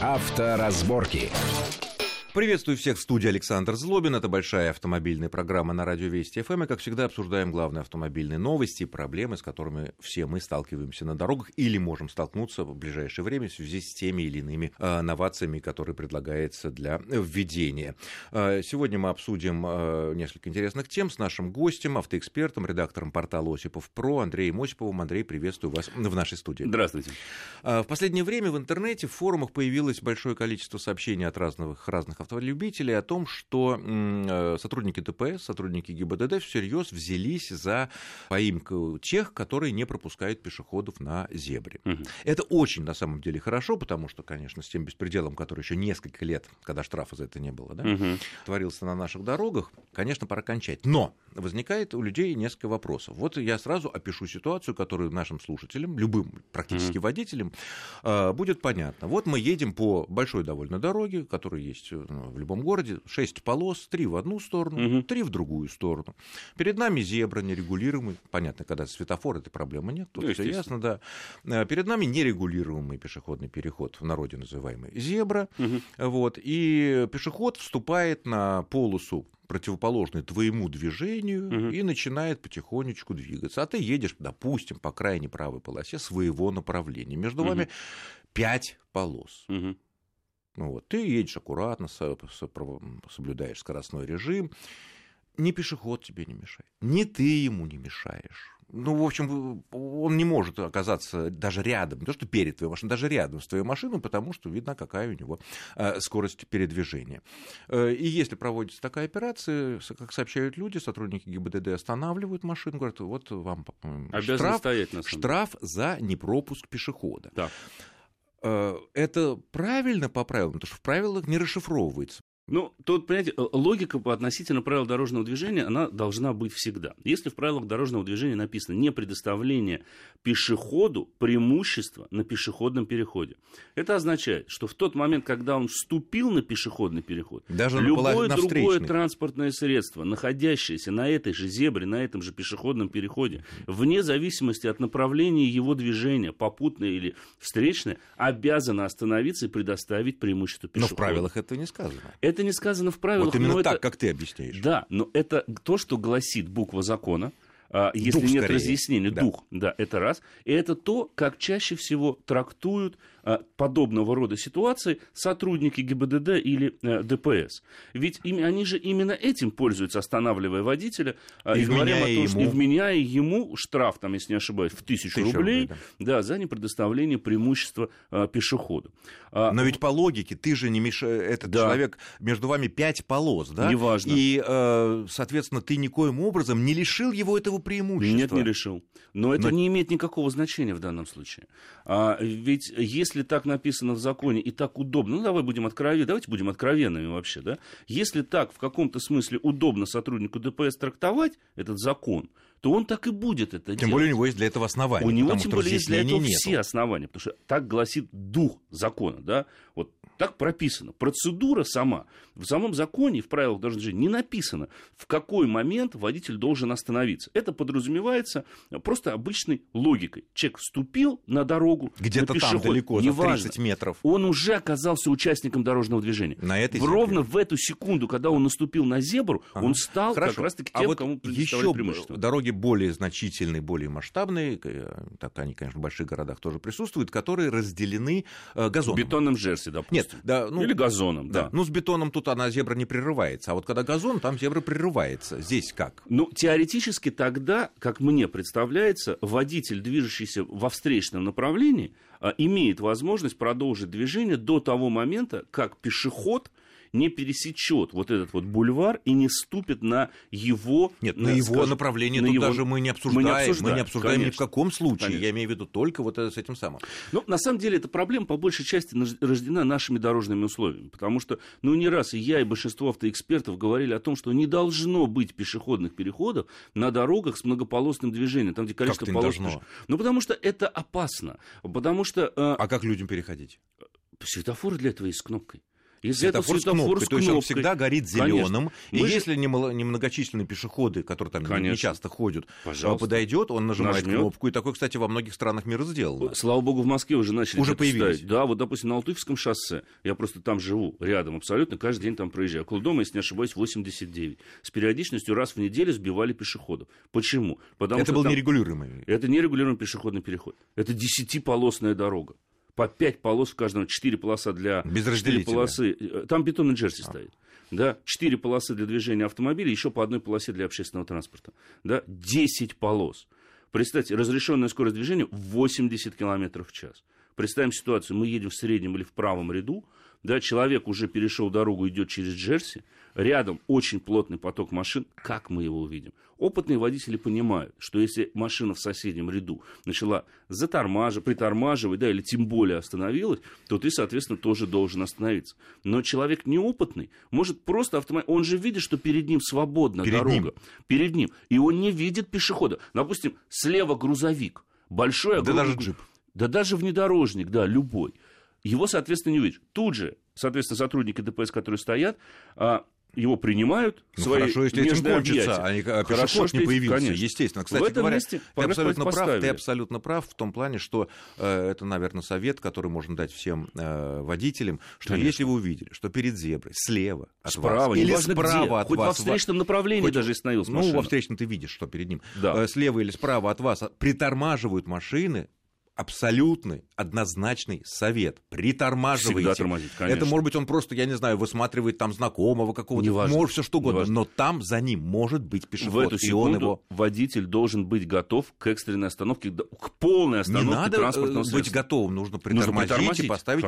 Авторазборки. Приветствую всех в студии Александр Злобин. Это большая автомобильная программа на радио Вести ФМ. И, как всегда, обсуждаем главные автомобильные новости и проблемы, с которыми все мы сталкиваемся на дорогах или можем столкнуться в ближайшее время в связи с теми или иными новациями, которые предлагаются для введения. Сегодня мы обсудим несколько интересных тем с нашим гостем, автоэкспертом, редактором портала Осипов.про Андреем Осиповым. Андрей, приветствую вас в нашей студии. Здравствуйте. В последнее время в интернете, в форумах появилось большое количество сообщений от разных автолюбителей о том, что сотрудники ДПС, сотрудники ГИБДД всерьез взялись за поимку тех, которые не пропускают пешеходов на зебре. Это очень, на самом деле, хорошо, потому что, конечно, с тем беспределом, который еще несколько лет, когда штрафа за это не было, творился на наших дорогах, конечно, пора кончать. Но возникает у людей несколько вопросов. Вот я сразу опишу ситуацию, которую нашим слушателям, любым практически водителям, будет понятно. Вот мы едем по большой довольно дороге, которая есть в любом городе, 6 полос, 3 в одну сторону, 3 в другую сторону. Перед нами зебра нерегулируемый, понятно, когда светофор, этой проблемы нет, тут все ясно, да. Перед нами нерегулируемый пешеходный переход, в народе называемый зебра, вот, и пешеход вступает на полосу, противоположный твоему движению, и начинает потихонечку двигаться. А ты едешь, допустим, по крайней правой полосе своего направления. Между вами 5 полос. Вот, ты едешь аккуратно, соблюдаешь скоростной режим, ни пешеход тебе не мешает, ни ты ему не мешаешь. Ну, в общем, он не может оказаться даже рядом, не то что перед твоей машиной, даже рядом с твоей машиной, потому что видно, какая у него скорость передвижения. И если проводится такая операция, как сообщают люди, сотрудники ГИБДД останавливают машину, говорят, вот вам штраф за непропуск пешехода. Да. Это правильно по правилам, потому что в правилах не расшифровывается. Ну, тут, понимаете, логика относительно правил дорожного движения, она должна быть всегда. Если в правилах дорожного движения написано не предоставление пешеходу преимущества на пешеходном переходе, это означает, что в тот момент, когда он вступил на пешеходный переход, даже любое другое транспортное средство, находящееся на этой же зебре, на этом же пешеходном переходе, вне зависимости от направления его движения, попутное или встречное, обязано остановиться и предоставить преимущество пешеходу. Но в правилах это не сказано. Это не сказано в правилах. Вот именно так, как ты объясняешь. Да, но это то, что гласит буква закона. Если дух нет скорее. разъяснения, дух, да, это раз. И это то, как чаще всего трактуют подобного рода ситуации сотрудники ГИБДД или ДПС. Ведь они же именно этим пользуются, останавливая водителя и говоря о том, что вменяя ему штраф, там, если не ошибаюсь, в 1000 рублей, да, за непредоставление преимущества пешеходу. Но ведь по логике ты же не мешаешь, этот человек, между вами 5 полос, да? Неважно. И, соответственно, ты никоим образом не лишил его этого преимущества. Нет, не решил. Но это не имеет никакого значения в данном случае. Ведь если так написано в законе и так удобно, давайте будем откровенными вообще, да? Если так в каком-то смысле удобно сотруднику ДПС трактовать этот закон, то он так и будет это делать. Тем более у него есть для этого основания. У него, тем более, есть для этого все основания, потому что так гласит дух закона, да? Вот так прописано. Процедура сама. В самом законе, в правилах дорожного движения не написано, в какой момент водитель должен остановиться. Это подразумевается просто обычной логикой. Человек вступил на дорогу, где-то на пешеход, там далеко, за 30 метров. Он уже оказался участником дорожного движения. Ровно в эту секунду, когда он наступил на зебру, он стал как раз-таки тем, кому предоставляет преимущество. Дороги более значительные, более масштабные, так они, конечно, в больших городах тоже присутствуют, которые разделены газоном. Бетонным жерси, допустим. Нет, да, или газоном, да. Ну, с бетоном тут она, зебра, не прерывается, а вот когда газон, там зебра прерывается. Здесь как? Ну, теоретически тогда, как мне представляется, водитель, движущийся во встречном направлении, имеет возможность продолжить движение до того момента, как пешеход не пересечет вот этот вот бульвар и не ступит на его... Нет, на его направление тут даже мы не обсуждаем. Мы не обсуждаем ни в каком случае. Конечно. Я имею в виду только вот это с этим самым. Ну, на самом деле, эта проблема по большей части рождена нашими дорожными условиями. Потому что, не раз и я, и большинство автоэкспертов говорили о том, что не должно быть пешеходных переходов на дорогах с многополосным движением. Там, где количество полос... Ну, потому что это опасно. Потому что... А как людям переходить? Светофоры для этого есть с кнопкой. Из-за этого светофор с то есть он кнопкой. всегда горит зеленым. И Мы если немногочисленные пешеходы, которые там не часто ходят, подойдет, он нажимает кнопку. И такое, кстати, во многих странах мира сделано. Слава богу, в Москве уже начали появились. ставить. Да, вот, допустим, на Алтуфьевском шоссе, я просто там живу, рядом абсолютно, каждый день там проезжаю. Около дома, если не ошибаюсь, 89. С периодичностью раз в неделю сбивали пешеходов. Почему? Потому это что был нерегулируемый. Это нерегулируемый пешеходный переход. Это 10-полосная дорога. По 5 полос в каждом, 4 полоса для... Без разделителя. Полосы. Там бетонный джерси стоит. Да? 4 полосы для движения автомобиля, еще по одной полосе для общественного транспорта. Да? 10 полос. Представьте, разрешенная скорость движения 80 км в час. Представим ситуацию, мы едем в среднем или в правом ряду, да, человек уже перешел дорогу, идет через джерси, рядом очень плотный поток машин, как мы его увидим? Опытные водители понимают, что если машина в соседнем ряду начала притормаживать, да, или тем более остановилась, то ты, соответственно, тоже должен остановиться. Но человек неопытный может просто он же видит, что перед ним свободна дорога. Перед ним. И он не видит пешехода. Допустим, слева грузовик, большой огромный... Да даже джип. Да даже внедорожник, да, любой. Его, соответственно, не видишь. Тут же, соответственно, сотрудники ДПС, которые стоят, его принимают в свои хорошо, если этим кончится, объятия. Пешеход не появился, конечно. естественно. Кстати говоря, ты абсолютно прав в том плане, что это, наверное, совет, который можно дать всем водителям, что если вы увидели, что перед зеброй слева от справа, вас или справа от хоть вас... Хоть во встречном направлении даже остановилась машина. Ну, во встречном ты видишь, что перед ним. Да. Слева или справа от вас притормаживают машины, абсолютный, однозначный совет. Притормаживайте. Всегда тормозить, конечно. Это, может быть, он просто, я не знаю, высматривает там знакомого какого-то. Неважно. Может, все что угодно. Неважно. Но там за ним может быть пешеход. В эту секунду водитель должен быть готов к экстренной остановке, к полной остановке транспортного средства. Не надо быть готовым. Нужно притормозить и поставить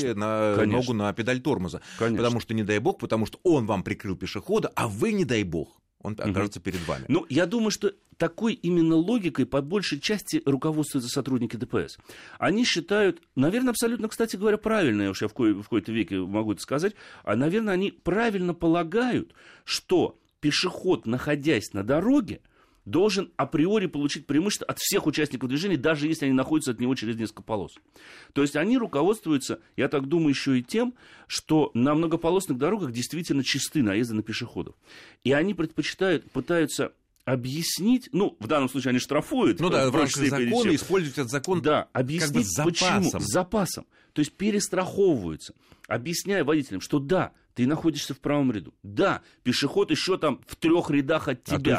ногу на педаль тормоза. Конечно. Потому что, не дай бог, потому что он вам прикрыл пешехода, а вы, не дай бог, он окажется перед вами. Ну, я думаю, что такой именно логикой по большей части руководствуются сотрудники ДПС. Они считают, наверное, абсолютно, кстати говоря, правильно, я в кои-то веке могу это сказать, наверное, они правильно полагают, что пешеход, находясь на дороге, должен априори получить преимущество от всех участников движения, даже если они находятся от него через несколько полос. То есть они руководствуются, я так думаю, еще и тем, что на многополосных дорогах действительно чисты наезды на пешеходов. И они пытаются объяснить, в данном случае они штрафуют. В рамках закона используют этот закон объяснить, с запасом. Почему? С запасом. То есть перестраховываются, объясняя водителям, что да, ты находишься в правом ряду, да, пешеход еще там в 3 рядах от тебя.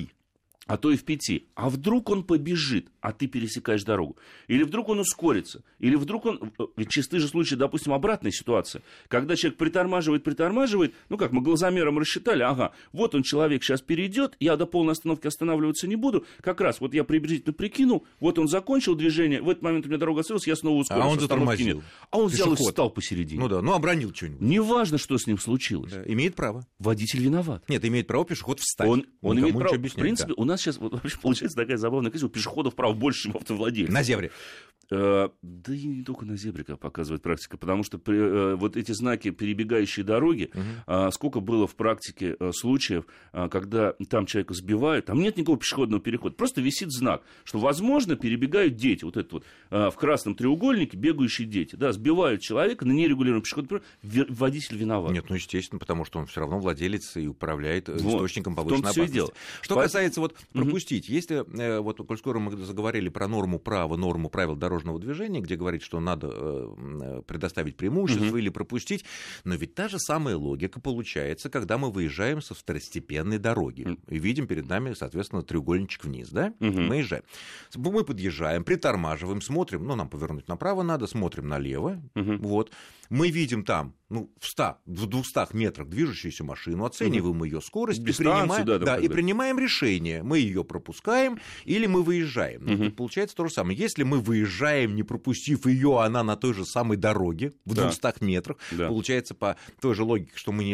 А то и в 5. А вдруг он побежит, а ты пересекаешь дорогу? Или вдруг он ускорится? Или вдруг он... Ведь чистые же случаи, допустим, обратная ситуация. Когда человек притормаживает, как мы глазомером рассчитали, вот он, человек сейчас перейдет, я до полной остановки останавливаться не буду. Как раз вот я приблизительно прикинул, вот он закончил движение, в этот момент у меня дорога остановилась, я снова ускорился. А он затормозил. А он взял и встал посередине. Обронил что-нибудь. Неважно, что с ним случилось. Да, имеет право. Водитель виноват. Нет, имеет право пешеход встать. Он имеет право. В принципе, у нас сейчас вообще получается такая забавная кризис, у пешеходов прав больше, чем автовладельцев. На зебре. Да и не только на зебре, как показывает практика, потому что вот эти знаки перебегающие дороги, сколько было в практике случаев, когда там человека сбивают, там нет никакого пешеходного перехода, просто висит знак, что, возможно, перебегают дети, вот это вот в красном треугольнике бегающие дети, да, сбивают человека на нерегулируемом пешеходном переходе, водитель виноват. Нет, естественно, потому что он все равно владелец и управляет источником повышенной опасности. Что касается пропустить, если, коль скоро мы заговорили про норму права, норму правил дорожного движения, где говорит, что надо предоставить преимущество или пропустить, но ведь та же самая логика получается, когда мы выезжаем со второстепенной дороги и видим перед нами, соответственно, треугольничек вниз, да? Мы езжаем. Мы подъезжаем, притормаживаем, смотрим, нам повернуть направо надо, смотрим налево, мы видим там, в 200 метрах движущуюся машину, оцениваем ее скорость и принимаем решение, мы ее пропускаем или мы выезжаем. Получается то же самое. Если мы выезжаем, не пропустив ее, она на той же самой дороге, в 200 метрах, получается по той же логике, что мы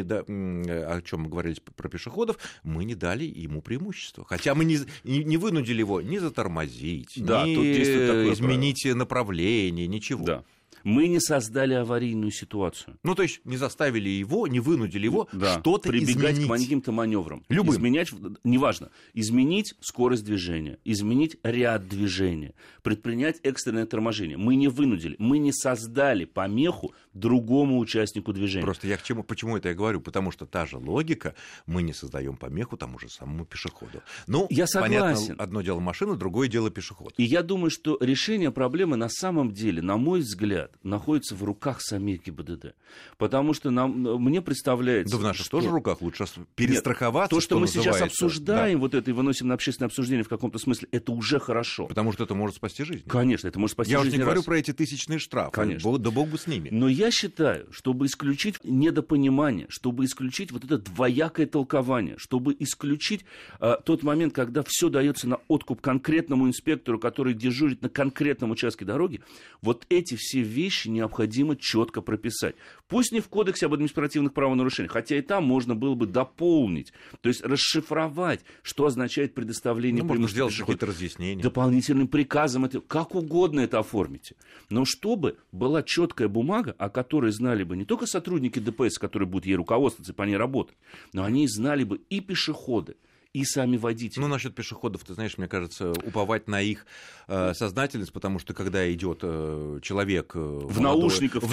о чем мы говорили про пешеходов, мы не дали ему преимущество. Хотя мы не вынудили его ни затормозить, ни изменить направление, ничего. Да. Мы не создали аварийную ситуацию. Ну, то есть не заставили его, не вынудили его что-то прибегать изменить. к каким-то маневрам. Любым. Изменять, неважно, изменить скорость движения, изменить ряд движения, предпринять экстренное торможение. Мы не вынудили, мы не создали помеху другому участнику движения. Просто я к чему, почему это я говорю? Потому что та же логика, мы не создаем помеху тому же самому пешеходу. Ну, я согласен. Понятно, одно дело машина, другое дело пешеход. И я думаю, что решение проблемы на самом деле, на мой взгляд, находится в руках самих ГИБДД. Потому что мне представляется... Да в наших тоже руках лучше перестраховаться. Нет, то, что мы называется. сейчас обсуждаем, вот это и выносим на общественное обсуждение в каком-то смысле, это уже хорошо. Потому что это может спасти жизнь. Конечно, это может спасти жизнь. Я уже не говорю про эти тысячные штрафы. Конечно. Да бог бы с ними. Но я считаю, чтобы исключить недопонимание, чтобы исключить вот это двоякое толкование, чтобы исключить тот момент, когда все дается на откуп конкретному инспектору, который дежурит на конкретном участке дороги, вот эти все вещи необходимо четко прописать. Пусть не в Кодексе об административных правонарушениях, хотя и там можно было бы дополнить, то есть расшифровать, что означает предоставление можно преимущества сделать пешехода. какие-то разъяснения. Дополнительным приказом, как угодно это оформите. Но чтобы была четкая бумага, о которой знали бы не только сотрудники ДПС, которые будут ей руководствоваться и по ней работать, но они знали бы и пешеходы, и сами водители. Ну, насчет пешеходов, ты знаешь, мне кажется, уповать на их сознательность, потому что когда идет человек в наушниках,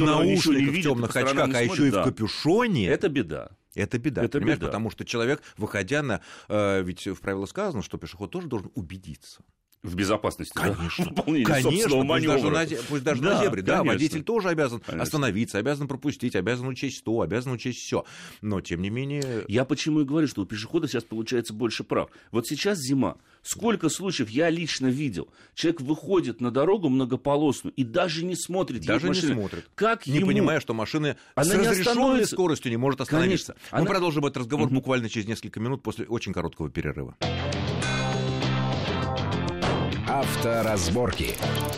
в темных очках, а еще и в капюшоне, это беда. Это беда, это понимаешь, беда. Потому что человек, выходя на... Ведь в правилах сказано, что пешеход тоже должен убедиться. В безопасности, конечно. Да? Конечно, Пусть даже на зебре. Да, конечно. водитель тоже обязан Конечно. остановиться, обязан пропустить, обязан учесть то, обязан учесть все. Но, тем не менее... Я почему и говорю, что у пешехода сейчас получается больше прав. Вот сейчас зима. Сколько случаев я лично видел. Человек выходит на дорогу многополосную и даже не смотрит. Даже не смотрит. Как не ему... понимая, что машина с разрешенной скоростью не может остановиться. Мы продолжим этот разговор буквально через несколько минут после очень короткого перерыва. Авторазборки.